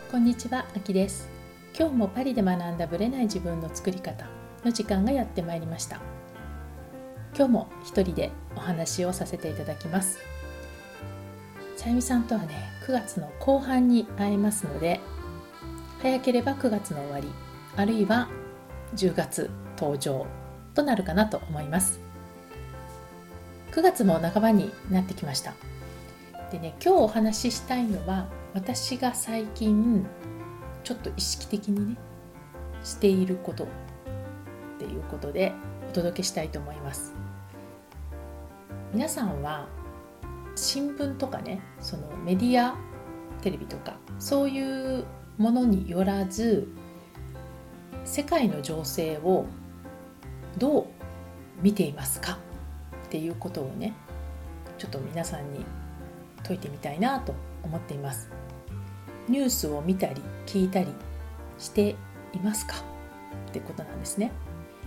こんにちは、あきです。今日もパリで学んだブレない自分の作り方の時間がやってまいりました。今日も一人でお話をさせていただきます。さゆみさんとはね、9月の後半に会えますので、早ければ9月の終わり、あるいは10月登場となるかなと思います。9月も半ばになってきました。でね、今日お話ししたいのは、私が最近ちょっと意識的にねしていることっていうことでお届けしたいと思います。皆さんは新聞とかね、そのメディア、テレビとかそういうものによらず、世界の情勢をどう見ていますかっていうことをね、ちょっと皆さんに解いてみたいなと思っています。ニュースを見たり聞いたりしていますかってことなんですね。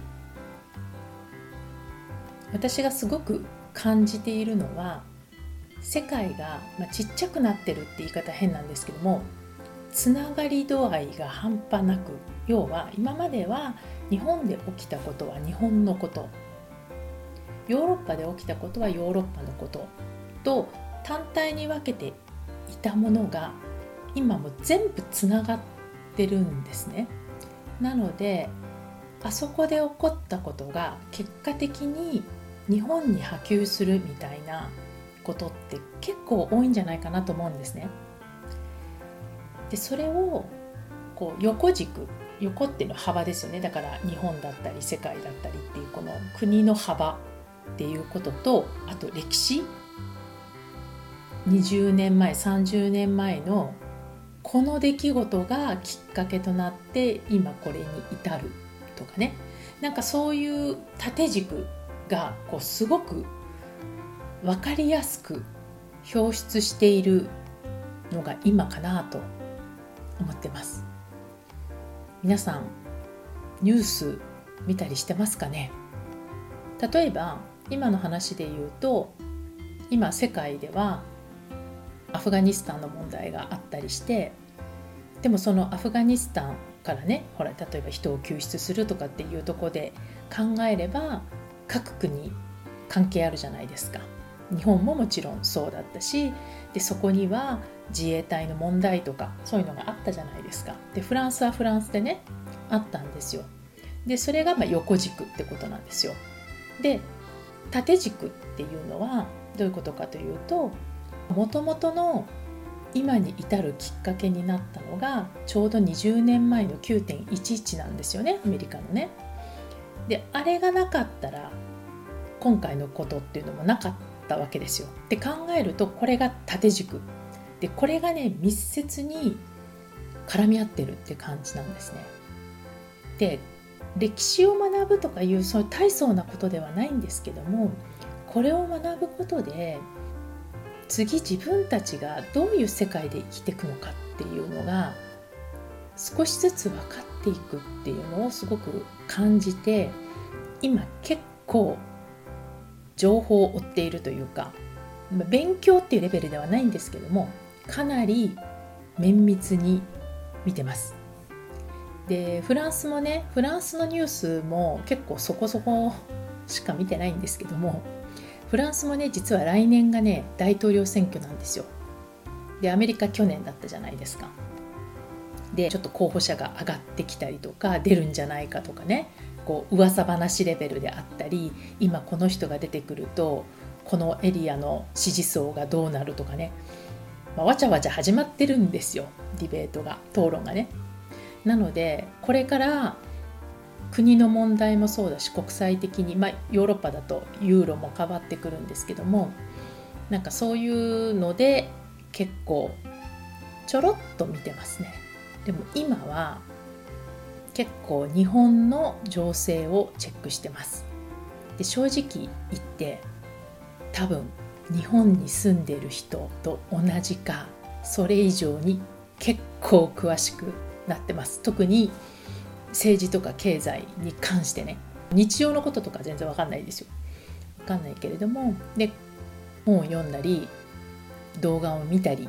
私がすごく感じているのは、世界が、ちっちゃくなってるって言い方変なんですけども、つながり度合いが半端なく、要は今までは日本で起きたことは日本のこと、ヨーロッパで起きたことはヨーロッパのことと単体に分けていたものが今も全部つながってるんですね。なので、あそこで起こったことが結果的に日本に波及するみたいなことって結構多いんじゃないかなと思うんですね。で、それをこう横軸、横っていうのは幅ですよね。だから日本だったり世界だったりっていうこの国の幅っていうことと、あと歴史、20年前30年前のこの出来事がきっかけとなって今これに至るとかね、なんかそういう縦軸がこうすごく分かりやすく表出しているのが今かなと思ってます。皆さんニュース見たりしてますかね。例えば今の話で言うと、今世界ではアフガニスタンの問題があったりして、でもそのアフガニスタンからね、例えば人を救出するとかっていうところで考えれば各国関係あるじゃないですか。日本ももちろんそうだったし、でそこには自衛隊の問題とかそういうのがあったじゃないですか。でフランスはフランスでねあったんですよ。でそれが横軸ってことなんですよ。で縦軸っていうのはどういうことかというと、もともとの今に至るきっかけになったのがちょうど20年前の 9.11 なんですよね、アメリカのね。であれがなかったら今回のことっていうのもなかったわけですよ。で考えるとこれが縦軸で、これがね密接に絡み合ってるって感じなんですね。で歴史を学ぶとかいうそういう大層なことではないんですけども、これを学ぶことで次自分たちがどういう世界で生きていくのかっていうのが少しずつ分かっていくっていうのをすごく感じて、今結構情報を追っているというか、勉強っていうレベルではないんですけども、かなり綿密に見てます。でフランスもね、フランスのニュースも結構そこそこしか見てないんですけども、フランスもね実は来年がね大統領選挙なんですよ。でアメリカ去年だったじゃないですか。でちょっと候補者が上がってきたりとか、出るんじゃないかとかね、こう噂話レベルであったり、今この人が出てくるとこのエリアの支持層がどうなるとかね、わちゃわちゃ始まってるんですよ、ディベートが、討論がね。なのでこれから国の問題もそうだし、国際的に、ヨーロッパだとユーロも変わってくるんですけども、なんかそういうので結構ちょろっと見てますね。でも今は結構日本の情勢をチェックしてます。で正直言って多分日本に住んでいる人と同じかそれ以上に結構詳しくなってます。特に政治とか経済に関してね、日常のこととか全然わかんないですよ。わかんないけれども、で本を読んだり動画を見たり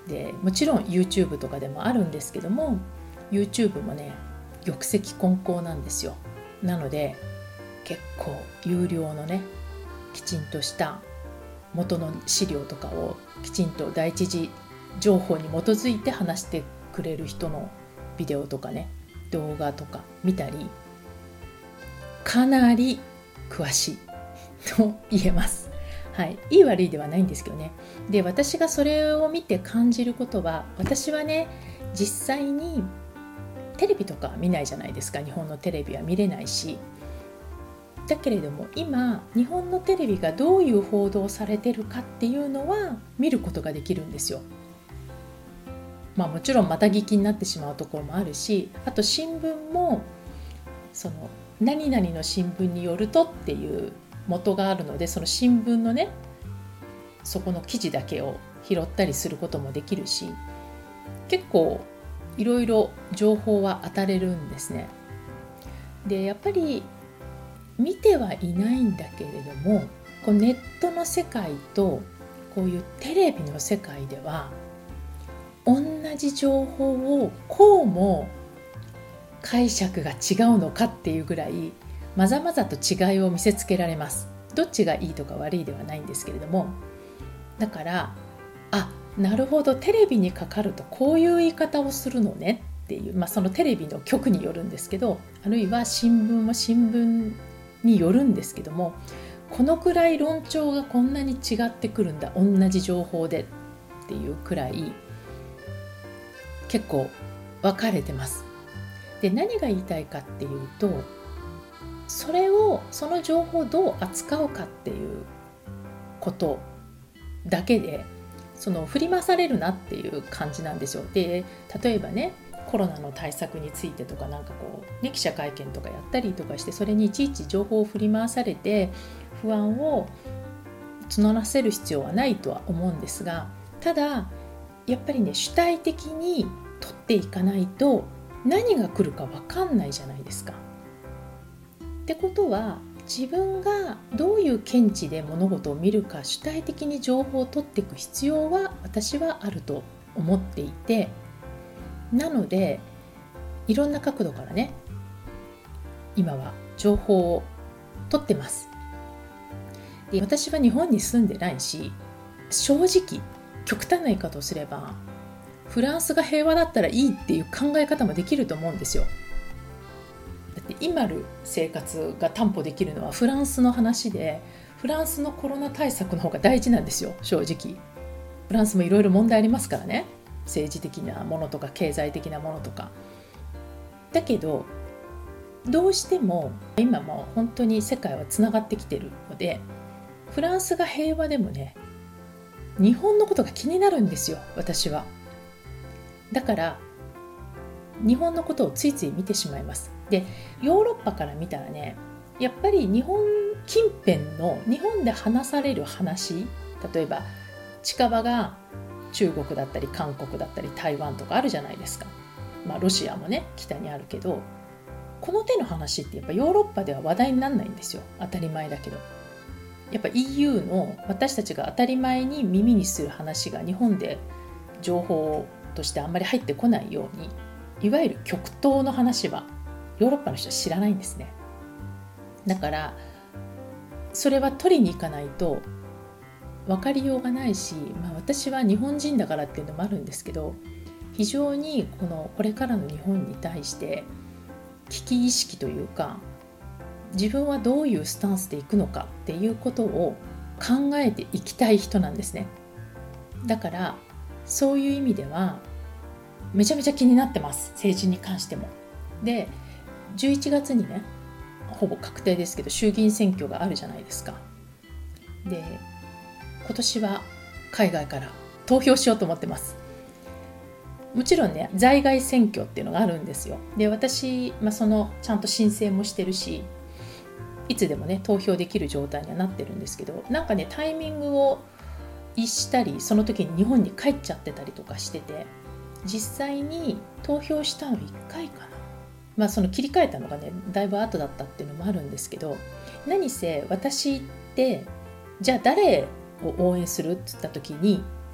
でもちろん YouTube とかでもあるんですけども、 YouTube もね玉石混交なんですよ。なので結構有料のねきちんとした元の資料とかをきちんと第一次情報に基づいて話してくれる人のビデオとかね動画とか見たり、かなり詳しいと言えます。はい、いい悪いではないんですけどね。で、私がそれを見て感じることは、私はね実際にテレビとか見ないじゃないですか。日本のテレビは見れないし、だけれども今日本のテレビがどういう報道されてるかっていうのは見ることができるんですよ。もちろんまた聞きになってしまうところもあるし、あと新聞もその何々の新聞によるとっていう元があるので、その新聞のねそこの記事だけを拾ったりすることもできるし、結構いろいろ情報は当たれるんですね。でやっぱり見てはいないんだけれども、こうネットの世界とこういうテレビの世界では同じ情報をこうも解釈が違うのかっていうぐらいまざまざと違いを見せつけられます。どっちがいいとか悪いではないんですけれども、だからなるほどテレビにかかるとこういう言い方をするのねっていう、そのテレビの局によるんですけど、あるいは新聞も新聞によるんですけども、このくらい論調がこんなに違ってくるんだ、同じ情報でっていうくらい結構分かれてます。で、何が言いたいかっていうと、その情報をどう扱うかっていうことだけでその振り回されるなっていう感じなんですよ。で、例えばねコロナの対策についてとか記者会見とかやったりとかして、それにいちいち情報を振り回されて不安を募らせる必要はないとは思うんですが、ただやっぱりね主体的に取っていかないと何が来るか分かんないじゃないですか。ってことは自分がどういう見地で物事を見るか主体的に情報を取っていく必要は私はあると思っていて、なのでいろんな角度からね今は情報を取ってます。で、私は日本に住んでないし、正直極端な言い方をすればフランスが平和だったらいいっていう考え方もできると思うんですよ。だって今ある生活が担保できるのはフランスの話で、フランスのコロナ対策の方が大事なんですよ。正直フランスもいろいろ問題ありますからね、政治的なものとか経済的なものとか。だけどどうしても今も本当に世界はつながってきてるので、フランスが平和でもね日本のことが気になるんですよ、私は。だから日本のことをついつい見てしまいます。で、ヨーロッパから見たらね、やっぱり日本近辺の日本で話される話、例えば近場が中国だったり韓国だったり台湾とかあるじゃないですか。ロシアもね北にあるけど、この手の話ってやっぱヨーロッパでは話題にならないんですよ。当たり前だけど、やっぱ EU の私たちが当たり前に耳にする話が日本で情報としてあんまり入ってこないように、いわゆる極東の話はヨーロッパの人は知らないんですね。だからそれは取りに行かないと分かりようがないし、私は日本人だからっていうのもあるんですけど、非常にこれからの日本に対して危機意識というか、自分はどういうスタンスでいくのかっていうことを考えていきたい人なんですね。だからそういう意味ではめちゃめちゃ気になってます、政治に関しても。で、11月にねほぼ確定ですけど衆議院選挙があるじゃないですか。で、今年は海外から投票しようと思ってます。もちろんね在外選挙っていうのがあるんですよ。で、私、そのちゃんと申請もしてるし、いつでもね投票できる状態にはなってるんですけど、タイミングを逸したり、その時に日本に帰っちゃってたりとかしてて、実際に投票したの1回かな。その切り替えたのがねだいぶ後だったっていうのもあるんですけど、何せ私ってじゃあ誰を応援するって言った時に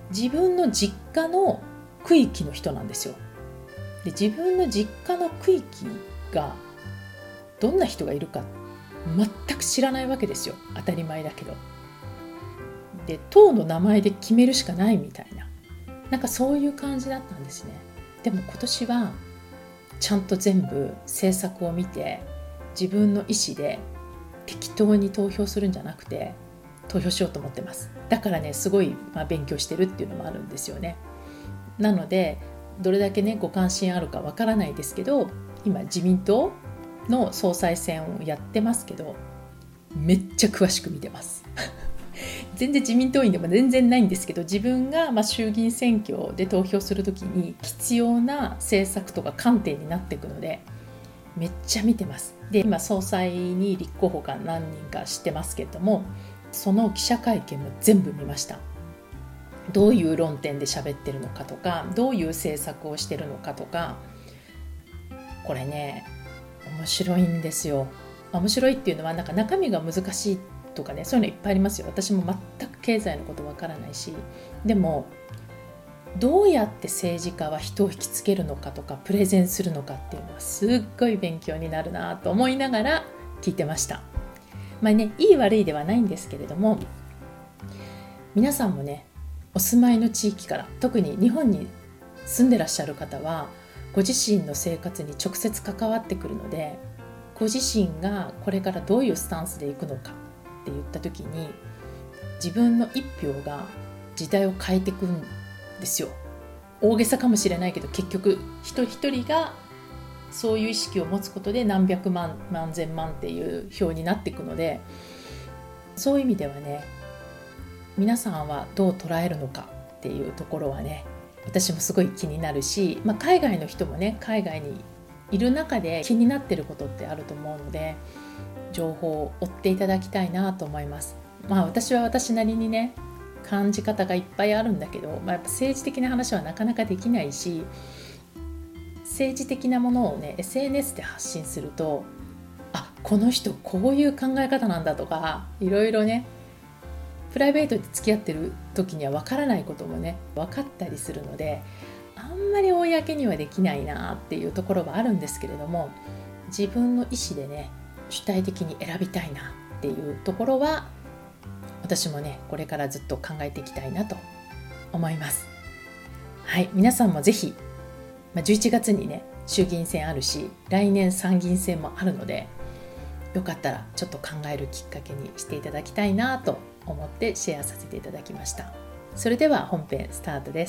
自分の実家の区域の人なんですよ。で、自分の実家の区域がどんな人がいるか全く知らないわけですよ。当たり前だけど。で、党の名前で決めるしかないみたいな、なんかそういう感じだったんですね。でも今年はちゃんと全部政策を見て、自分の意思で適当に投票するんじゃなくて投票しようと思ってます。だからね、すごい勉強してるっていうのもあるんですよね。なのでどれだけねご関心あるかわからないですけど、今自民党の総裁選をやってますけど、めっちゃ詳しく見てます全然自民党員でも全然ないんですけど、自分が衆議院選挙で投票するときに必要な政策とか観点になっていくので、めっちゃ見てます。で、今総裁に立候補が何人かしてますけれども、その記者会見も全部見ました。どういう論点で喋ってるのかとか、どういう政策をしてるのかとか、これね面白いんですよ。面白いっていうのはなんか中身が難しいとかね、そういうのいっぱいありますよ。私も全く経済のことわからないし、でもどうやって政治家は人を引きつけるのかとかプレゼンするのかっていうのはすっごい勉強になるなと思いながら聞いてました。いい悪いではないんですけれども、皆さんもねお住まいの地域から、特に日本に住んでらっしゃる方はご自身の生活に直接関わってくるので、ご自身がこれからどういうスタンスでいくのかって言った時に、自分の一票が時代を変えていくんですよ。大げさかもしれないけど、結局人一人がそういう意識を持つことで何百万何千万っていう票になっていくので、そういう意味ではね、皆さんはどう捉えるのかっていうところはね、私もすごい気になるし、海外の人もね、海外にいる中で気になってることってあると思うので、情報を追っていただきたいなと思います。私は私なりにね感じ方がいっぱいあるんだけど、やっぱ政治的な話はなかなかできないし、政治的なものをね SNS で発信すると、この人こういう考え方なんだとか、いろいろねプライベートで付き合ってる時には分からないこともね分かったりするので、あんまり公にはできないなっていうところはあるんですけれども、自分の意思でね主体的に選びたいなっていうところは、私もねこれからずっと考えていきたいなと思います。はい、皆さんもぜひ、11月にね衆議院選あるし、来年参議院選もあるので、よかったらちょっと考えるきっかけにしていただきたいなと思ってシェアさせていただきました。それでは本編スタートです。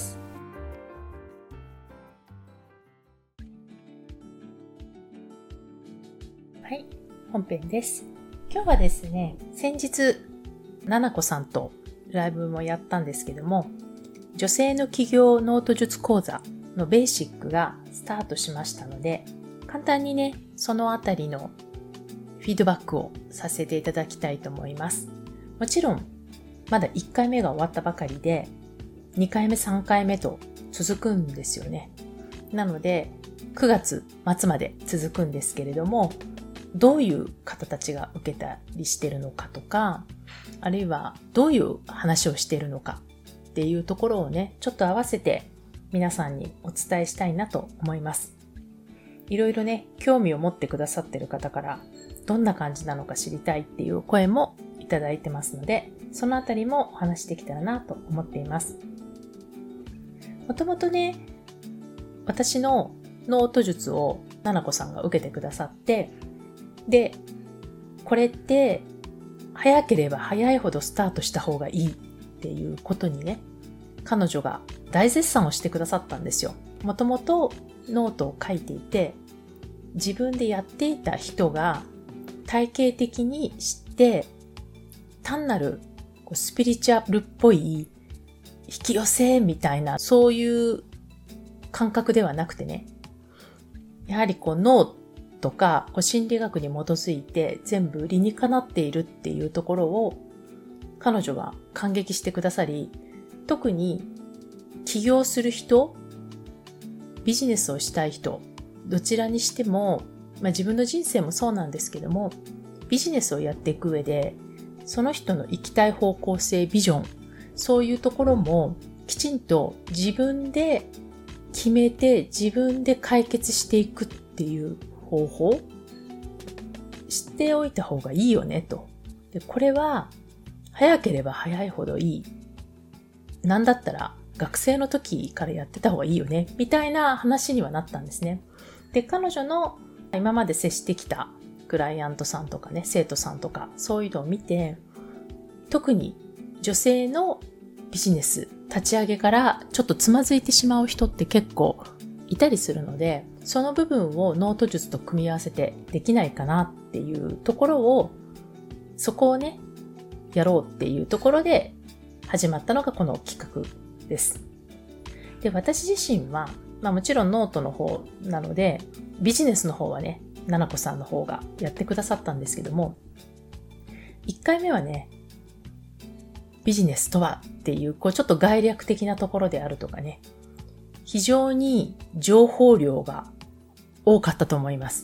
はい、本編です。今日はですね、先日ななこさんとライブもやったんですけども、女性の起業ノート術講座のベーシックがスタートしましたので、簡単にねそのあたりのフィードバックをさせていただきたいと思います。もちろんまだ1回目が終わったばかりで、2回目3回目と続くんですよね。なので9月末まで続くんですけれども、どういう方たちが受けたりしてるのかとか、あるいはどういう話をしているのかっていうところをねちょっと合わせて皆さんにお伝えしたいなと思います。いろいろね興味を持ってくださっている方からどんな感じなのか知りたいっていう声もいただいてますので、そのあたりもお話できたらなと思っています。もともとね私のノート術をななこさんが受けてくださって、でこれって早ければ早いほどスタートした方がいいっていうことにね、彼女が大絶賛をしてくださったんですよ。もともとノートを書いていて、自分でやっていた人が体系的に知って、単なるスピリチュアルっぽい引き寄せみたいな、そういう感覚ではなくてね、やはり脳とか心理学に基づいて全部理にかなっているっていうところを彼女が感激してくださり、特に起業する人、ビジネスをしたい人、どちらにしても、自分の人生もそうなんですけども、ビジネスをやっていく上でその人の行きたい方向性、ビジョン、そういうところもきちんと自分で決めて自分で解決していくっていう方法知っておいた方がいいよねと。で、これは早ければ早いほどいい。なんだったら学生の時からやってた方がいいよねみたいな話にはなったんですね。で、彼女の今まで接してきたクライアントさんとかね、生徒さんとかそういうのを見て、特に女性のビジネス立ち上げからちょっとつまずいてしまう人って結構いたりするので、その部分をノート術と組み合わせてできないかなっていうところを、そこをね、やろうっていうところで始まったのがこの企画です。で、私自身は、もちろんノートの方なので、ビジネスの方はね、ななこさんの方がやってくださったんですけども、1回目はね、ビジネスとはっていう、ちょっと概略的なところであるとかね、非常に情報量が多かったと思います。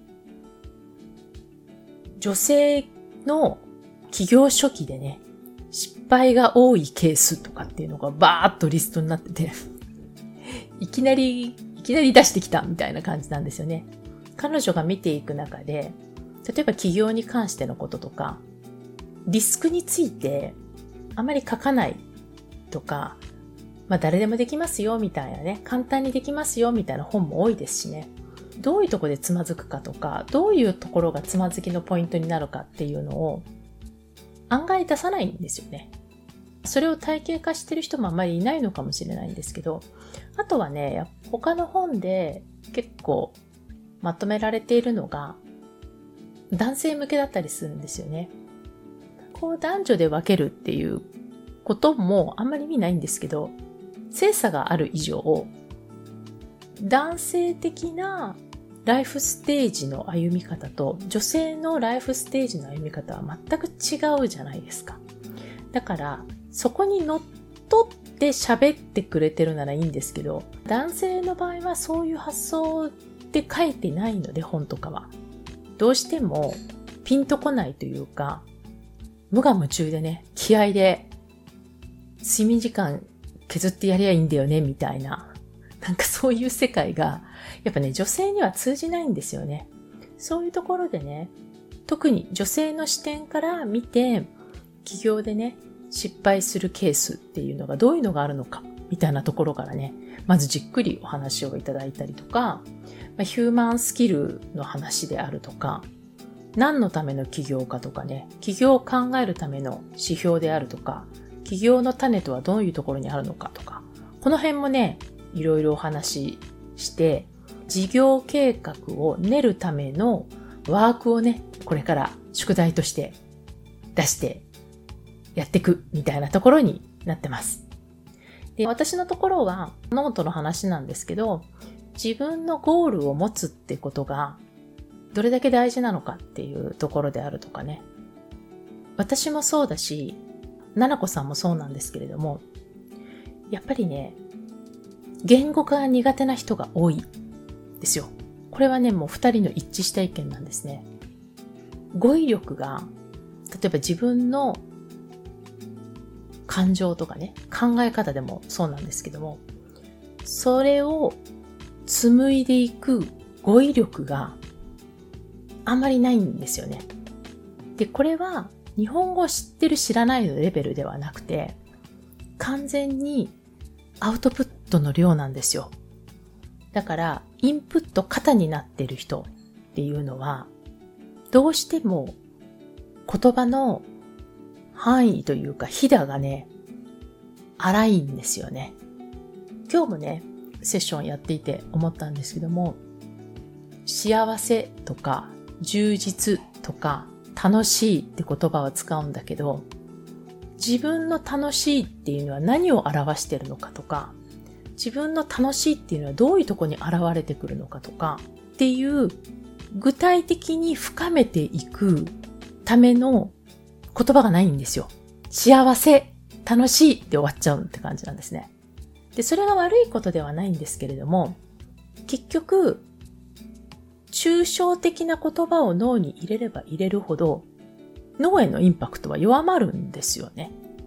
女性の企業初期でね、失敗が多いケースとかっていうのがバーッとリストになってていきなり出してきたみたいな感じなんですよね。彼女が見ていく中で、例えば企業に関してのこととか、リスクについてあまり書かないとか、誰でもできますよみたいなね、簡単にできますよみたいな本も多いですしね。どういうところでつまずくかとか、どういうところがつまずきのポイントになるかっていうのを案外出さないんですよね。それを体系化してる人もあまりいないのかもしれないんですけど、あとはね、他の本で結構まとめられているのが男性向けだったりするんですよね。男女で分けるっていうこともあんまり意味ないんですけど、性差がある以上、男性的なライフステージの歩み方と女性のライフステージの歩み方は全く違うじゃないですか。だからそこにのっとって喋ってくれてるならいいんですけど、男性の場合はそういう発想で書いてないので、本とかはどうしてもピンとこないというか、無我夢中でね、気合で睡眠時間削ってやりゃいいんだよねみたいな、なんかそういう世界がやっぱね、女性には通じないんですよね。そういうところでね、特に女性の視点から見て企業でね、失敗するケースっていうのがどういうのがあるのかみたいなところからね、まずじっくりお話をいただいたりとか、ヒューマンスキルの話であるとか、何のための起業家とかね、起業を考えるための指標であるとか、起業の種とはどういうところにあるのかとか、この辺もね、いろいろお話しして、事業計画を練るためのワークをね、これから宿題として出してやっていくみたいなところになってます。で、私のところはノートの話なんですけど、自分のゴールを持つってことがどれだけ大事なのかっていうところであるとかね。私もそうだし、ななこさんもそうなんですけれども、やっぱりね、言語化が苦手な人が多いですよ。これはね、もう二人の一致した意見なんですね。語彙力が、例えば自分の感情とかね、考え方でもそうなんですけども、それを紡いでいく語彙力があんまりないんですよね。で、これは日本語を知ってる知らないのレベルではなくて、完全にアウトプットの量なんですよ。だから、インプット過多になってる人っていうのは、どうしても言葉の範囲というか、ひだがね、荒いんですよね。今日もね、セッションやっていて思ったんですけども、幸せとか充実とか楽しいって言葉を使うんだけど、自分の楽しいっていうのは何を表しているのかとか、自分の楽しいっていうのはどういうところに現れてくるのかとかっていう具体的に深めていくための言葉がないんですよ。幸せ、楽しいで終わっちゃうって感じなんですね。で、それが悪いことではないんですけれども、結局、抽象的な言葉を脳に入れれば入れるほど、脳へのインパクトは弱まるんですよね。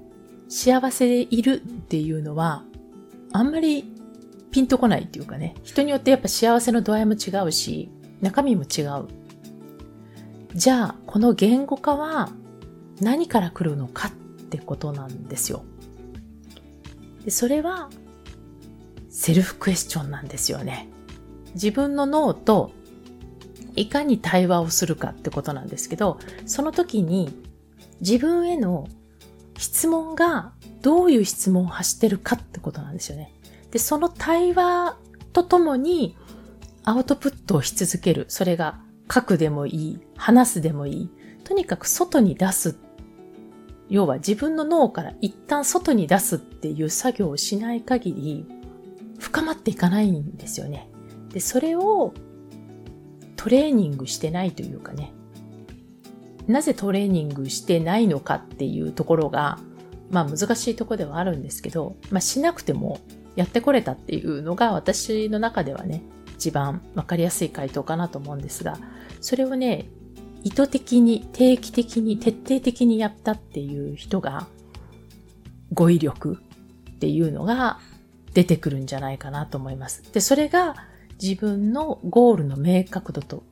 幸せでいるっていうのはあんまりピンとこないっていうかね、人によってやっぱ幸せの度合いも違うし、中身も違う。じゃあ、この言語化は何から来るのかってことなんですよ。で、それはセルフクエスチョンなんですよね。自分の脳といかに対話をするかってことなんですけど、その時に自分への質問がどういう質問を発してるかってことなんですよね。で、その対話とともにアウトプットをし続ける。それが書くでもいい、話すでもいい。とにかく外に出す。要は自分の脳から一旦外に出すっていう作業をしない限り深まっていかないんですよね。で、それをトレーニングしてないというかね。なぜトレーニングしてないのかっていうところが、難しいところではあるんですけど、しなくてもやってこれたっていうのが私の中ではね、一番わかりやすい回答かなと思うんですが、それをね、意図的に、定期的に、徹底的にやったっていう人が、語彙力っていうのが出てくるんじゃないかなと思います。で、それが自分のゴールの明確度と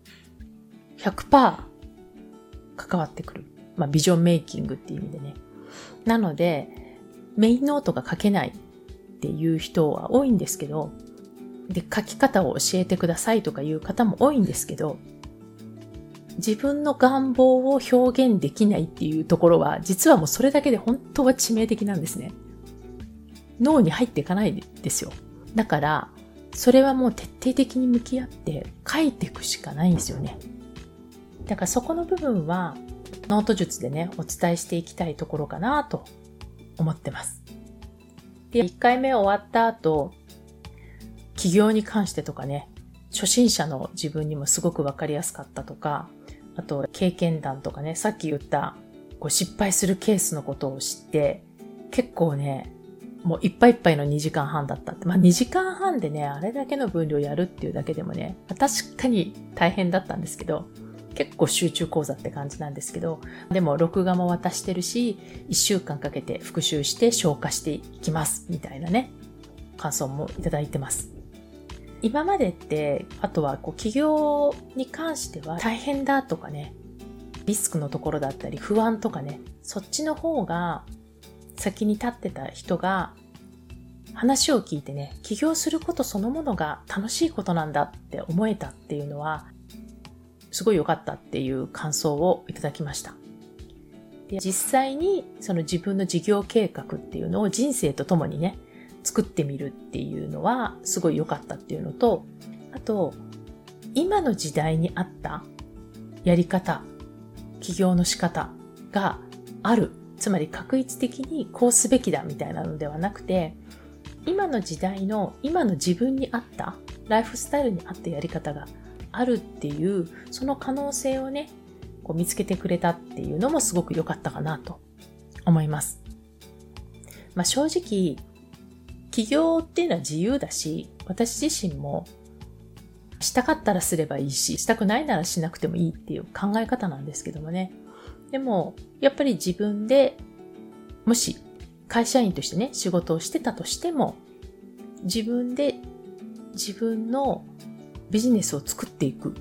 100% 関わってくる。ビジョンメイキングっていう意味でね。なので、メインノートが書けないっていう人は多いんですけど、で、書き方を教えてくださいとかいう方も多いんですけど、自分の願望を表現できないっていうところは、実はもうそれだけで本当は致命的なんですね。脳に入っていかないですよ。だから、それはもう徹底的に向き合って書いていくしかないんですよね。だからそこの部分は、ノート術でね、お伝えしていきたいところかなと思ってます。で、1回目終わった後、起業に関してとかね、初心者の自分にもすごくわかりやすかったとか、あと経験談とかね、さっき言った失敗するケースのことを知って、結構ね、もういっぱいいっぱいの2時間半だったって。2時間半でね、あれだけの分量やるっていうだけでもね、確かに大変だったんですけど、結構集中講座って感じなんですけど、でも録画も渡してるし、1週間かけて復習して消化していきます、みたいなね、感想もいただいてます。今までって、あとは起業に関しては大変だとかね、リスクのところだったり不安とかね、そっちの方が先に立ってた人が話を聞いてね、起業することそのものが楽しいことなんだって思えたっていうのは、すごい良かったっていう感想をいただきました。で、実際にその自分の事業計画っていうのを人生とともにね、作ってみるっていうのはすごい良かったっていうのと、あと、今の時代に合ったやり方、起業の仕方がある。つまり確一的にこうすべきだみたいなのではなくて、今の時代の今の自分に合ったライフスタイルに合ったやり方があるっていう、その可能性をね、見つけてくれたっていうのもすごく良かったかなと思います。正直、起業っていうのは自由だし、私自身もしたかったらすればいいし、したくないならしなくてもいいっていう考え方なんですけどもね。でも、やっぱり自分で、もし会社員としてね、仕事をしてたとしても、自分で自分のビジネスを作っていくって、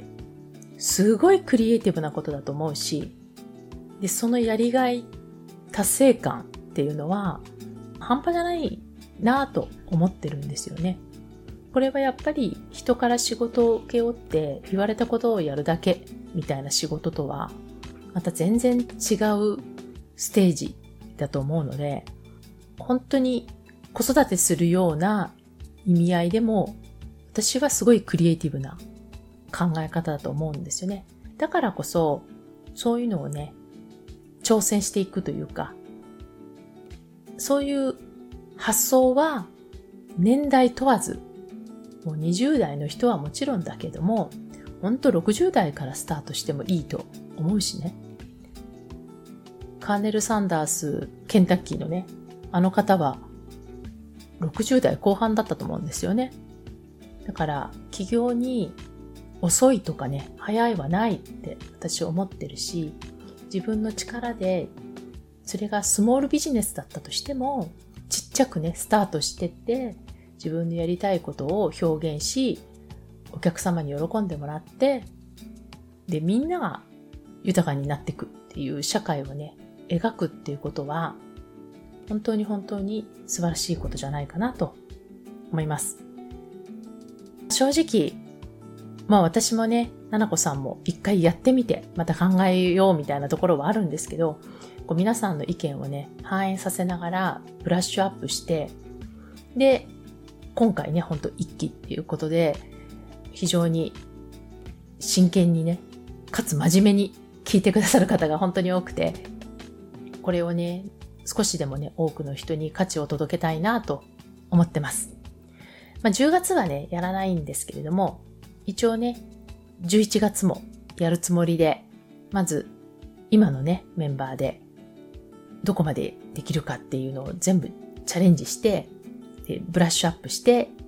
すごいクリエイティブなことだと思うし、で、そのやりがい、達成感っていうのは、半端じゃないなぁと思ってるんですよね。これはやっぱり人から仕事を請け負って言われたことをやるだけみたいな仕事とはまた全然違うステージだと思うので、本当に子育てするような意味合いでも私はすごいクリエイティブな考え方だと思うんですよね。だからこそそういうのをね、挑戦していくというか、そういう発想は年代問わず、もう20代の人はもちろんだけども、ほんと60代からスタートしてもいいと思うしね。カーネル・サンダース、ケンタッキーのね、あの方は60代後半だったと思うんですよね。だから起業に遅いとかね、早いはないって私は思ってるし、自分の力でそれがスモールビジネスだったとしても、ちっちゃくね、スタートしてって、自分のやりたいことを表現し、お客様に喜んでもらって、で、みんなが豊かになっていくっていう社会をね、描くっていうことは、本当に本当に素晴らしいことじゃないかなと思います。正直、私もね、ななこさんも一回やってみて、また考えようみたいなところはあるんですけど、皆さんの意見をね、反映させながらブラッシュアップして、で、今回ね、ほんと一期っていうことで、非常に真剣にね、かつ真面目に聞いてくださる方が本当に多くて、これをね、少しでもね、多くの人に価値を届けたいなと思ってます。10月はね、やらないんですけれども、一応ね、11月もやるつもりで、まず今のね、メンバーでどこまでできるかっていうのを全部チャレンジして、ブラッシュアップして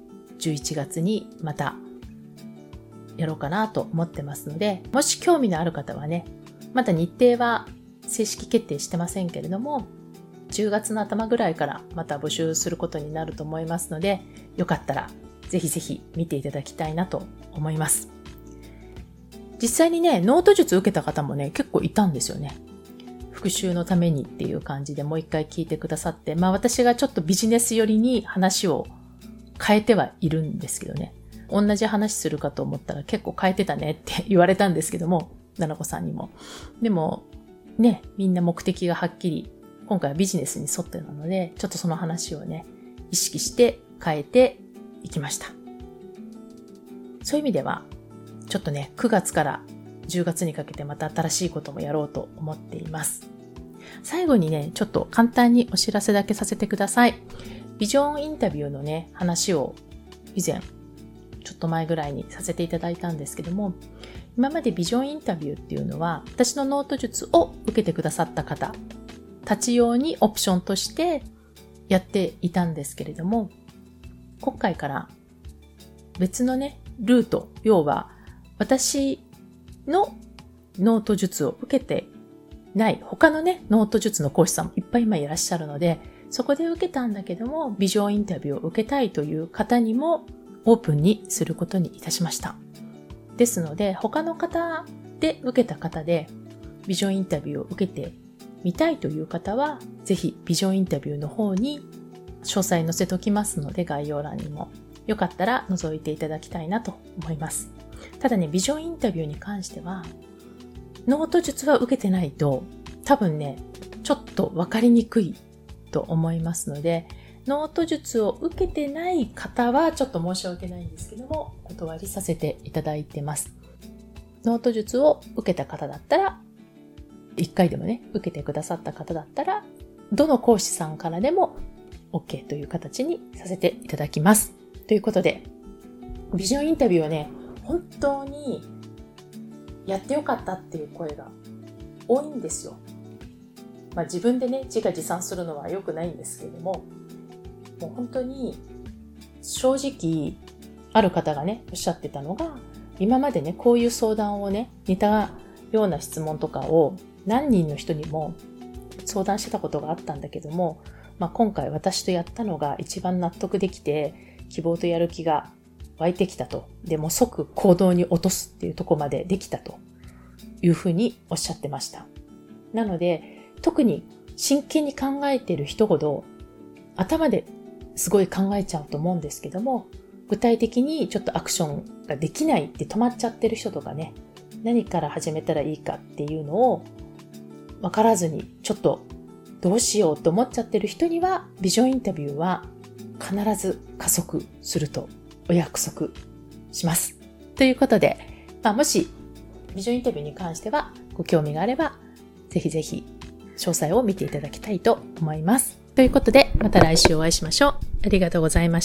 、11月にまたやろうかなと思ってますので、もし興味のある方はね、まだ日程は正式決定してませんけれども、10月の頭ぐらいからまた募集することになると思いますので、よかったらぜひぜひ見ていただきたいなと思います。実際にね、ノート術受けた方もね、結構いたんですよね。復習のためにっていう感じでもう一回聞いてくださって、私がちょっとビジネス寄りに話を変えてはいるんですけどね。同じ話するかと思ったら結構変えてたねって言われたんですけども、ななこさんにも。でも、ね、みんな目的がはっきり、今回はビジネスに沿ってなので、ちょっとその話をね、意識して変えていきました。そういう意味では、ちょっとね、9月から10月にかけてまた新しいこともやろうと思っています。最後にね、ちょっと簡単にお知らせだけさせてください。ビジョンインタビューのね、話を以前、ちょっと前ぐらいにさせていただいたんですけども、今までビジョンインタビューっていうのは、私のノート術を受けてくださった方たち用にオプションとしてやっていたんですけれども、今回から別のね、ルート、要は私のノート術を受けてない他のね、ノート術の講師さんもいっぱい今いらっしゃるので、そこで受けたんだけども、ビジョンインタビューを受けたいという方にもオープンにすることにいたしました。ですので、他の方で受けた方で、ビジョンインタビューを受けてみたいという方は、ぜひビジョンインタビューの方に詳細載せておきますので、概要欄にも。よかったら覗いていただきたいなと思います。ただね、ビジョンインタビューに関しては、ノート術は受けてないと、多分ね、ちょっとわかりにくいと思いますので、ノート術を受けてない方はちょっと申し訳ないんですけども、お断りさせていただいてます。ノート術を受けた方だったら、1回でもね、受けてくださった方だったら、どの講師さんからでも OK という形にさせていただきます。ということで、ビジョンインタビューはね、本当にやってよかったっていう声が多いんですよ。自分でね、自画自賛するのは良くないんですけれども、もう本当に正直ある方がね、おっしゃってたのが、今までね、こういう相談をね、似たような質問とかを何人の人にも相談してたことがあったんだけども、今回私とやったのが一番納得できて、希望とやる気が湧いてきたと。でも即行動に落とすっていうところまでできたというふうにおっしゃってました。なので、特に真剣に考えている人ほど頭ですごい考えちゃうと思うんですけども、具体的にちょっとアクションができないって止まっちゃってる人とかね、何から始めたらいいかっていうのを分からずにちょっとどうしようと思っちゃってる人には、ビジョンインタビューは必ず加速するとお約束します。ということで、もしビジョンインタビューに関してはご興味があれば、ぜひぜひ詳細を見ていただきたいと思います。ということで、また来週お会いしましょう。ありがとうございました。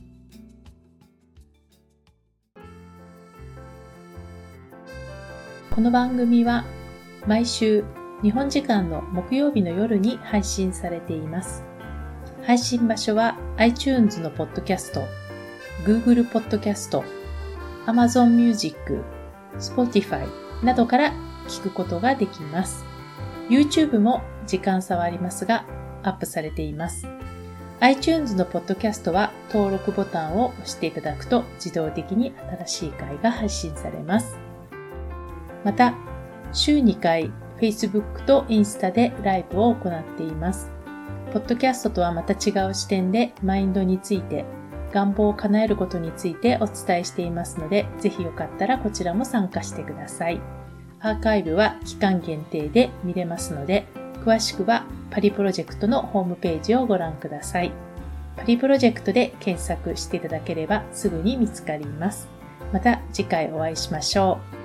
この番組は毎週日本時間の木曜日の夜に配信されています。配信場所は iTunes のポッドキャスト、Google ポッドキャスト、Amazon Music、Spotify などから聞くことができます。YouTube も時間差はありますがアップされています。iTunes のポッドキャストは登録ボタンを押していただくと自動的に新しい回が配信されます。また、週2回 Facebook とインスタでライブを行っています。ポッドキャストとはまた違う視点でマインドについて、願望を叶えることについてお伝えしていますので、ぜひよかったらこちらも参加してください。アーカイブは期間限定で見れますので、詳しくはパリプロジェクトのホームページをご覧ください。パリプロジェクトで検索していただければすぐに見つかります。また次回お会いしましょう。